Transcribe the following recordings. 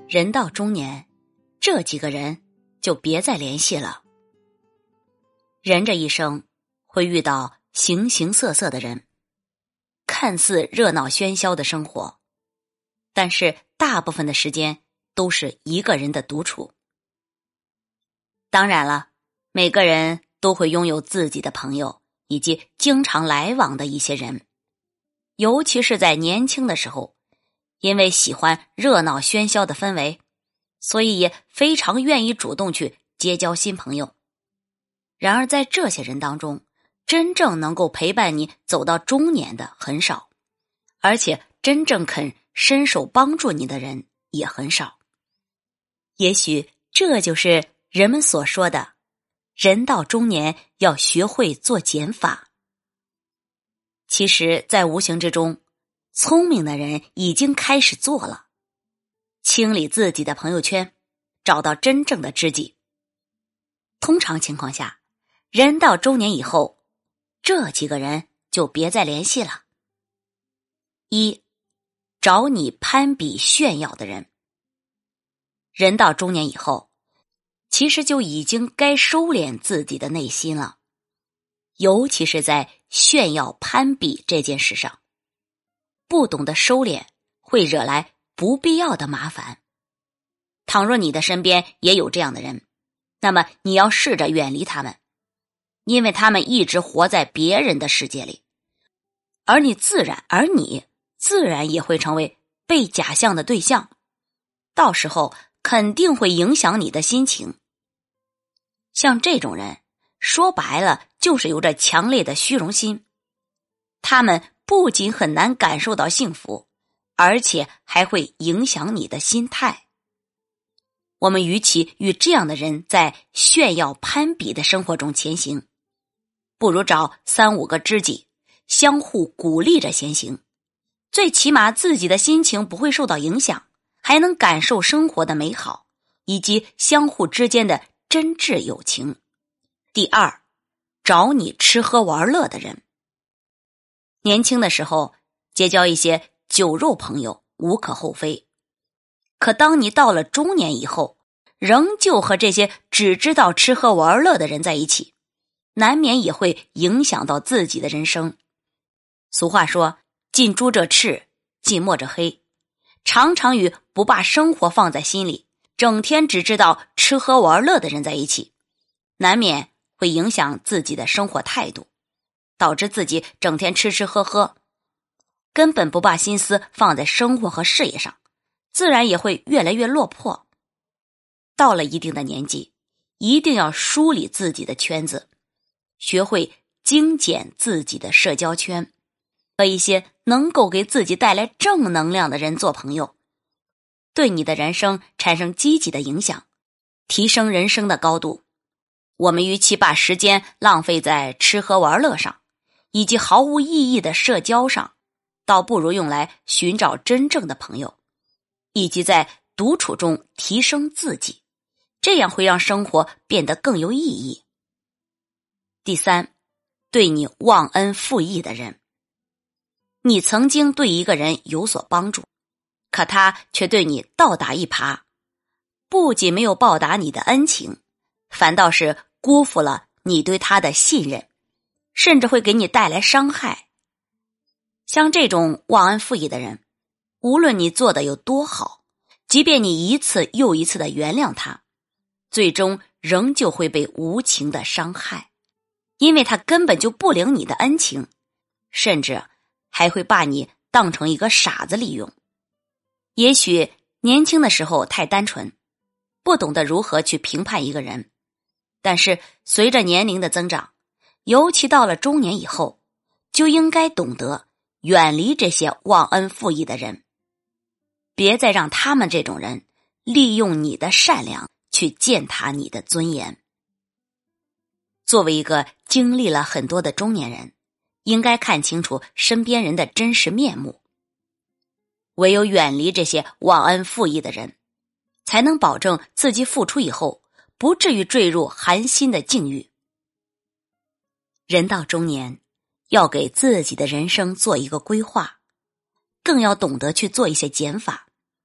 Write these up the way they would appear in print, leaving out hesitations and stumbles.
人到中年，这几个人就别再联系了。人这一生会遇到形形色色的人，看似热闹喧嚣的生活，但是大部分的时间都是一个人的独处。当然了，每个人都会拥有自己的朋友以及经常来往的一些人，尤其是在年轻的时候，因为喜欢热闹喧嚣的氛围，所以也非常愿意主动去结交新朋友。然而在这些人当中，真正能够陪伴你走到中年的很少，而且真正肯伸手帮助你的人也很少。也许这就是人们所说的人到中年要学会做减法。其实在无形之中，聪明的人已经开始做了，清理自己的朋友圈，找到真正的知己。通常情况下，人到中年以后，这几个人就别再联系了。一，找你攀比炫耀的人。人到中年以后，其实就已经该收敛自己的内心了，尤其是在炫耀攀比这件事上，不懂得收敛会惹来不必要的麻烦。倘若你的身边也有这样的人，那么你要试着远离他们，因为他们一直活在别人的世界里，而你自然也会成为被假象的对象，到时候肯定会影响你的心情。像这种人，说白了就是有着强烈的虚荣心，他们不仅很难感受到幸福，而且还会影响你的心态。我们与其与这样的人在炫耀攀比的生活中前行，不如找3-5个知己，相互鼓励着前行，最起码自己的心情不会受到影响，还能感受生活的美好，以及相互之间的真挚友情。第二，找你吃喝玩乐的人。年轻的时候结交一些酒肉朋友无可厚非，可当你到了中年以后，仍旧和这些只知道吃喝玩乐的人在一起，难免也会影响到自己的人生。俗话说，近朱者赤，近墨者黑，常常与不把生活放在心里，整天只知道吃喝玩乐的人在一起，难免会影响自己的生活态度，导致自己整天吃吃喝喝，根本不把心思放在生活和事业上，自然也会越来越落魄。到了一定的年纪，一定要梳理自己的圈子，学会精简自己的社交圈，和一些能够给自己带来正能量的人做朋友，对你的人生产生积极的影响，提升人生的高度。我们与其把时间浪费在吃喝玩乐上，以及毫无意义的社交上，倒不如用来寻找真正的朋友，以及在独处中提升自己，这样会让生活变得更有意义。第三，对你忘恩负义的人。你曾经对一个人有所帮助，可他却对你倒打一耙，不仅没有报答你的恩情，反倒是辜负了你对他的信任，甚至会给你带来伤害。像这种忘恩负义的人，无论你做的有多好，即便你一次又一次的原谅他，最终仍旧会被无情的伤害，因为他根本就不领你的恩情，甚至还会把你当成一个傻子利用。也许年轻的时候太单纯，不懂得如何去评判一个人，但是随着年龄的增长，尤其到了中年以后，就应该懂得远离这些忘恩负义的人，别再让他们这种人利用你的善良去践踏你的尊严。作为一个经历了很多的中年人，应该看清楚身边人的真实面目，唯有远离这些忘恩负义的人，才能保证自己付出以后不至于坠入寒心的境遇。人到中年，要给自己的人生做一个规划，更要懂得去做一些减法，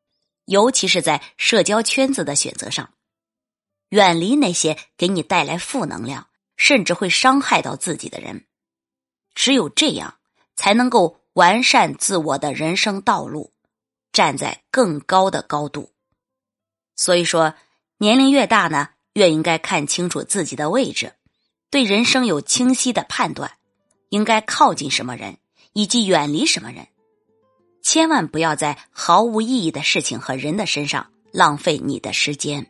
尤其是在社交圈子的选择上，远离那些给你带来负能量，甚至会伤害到自己的人。只有这样，才能够完善自我的人生道路，站在更高的高度。所以说，年龄越大呢，越应该看清楚自己的位置，对人生有清晰的判断，应该靠近什么人，以及远离什么人。千万不要在毫无意义的事情和人的身上浪费你的时间。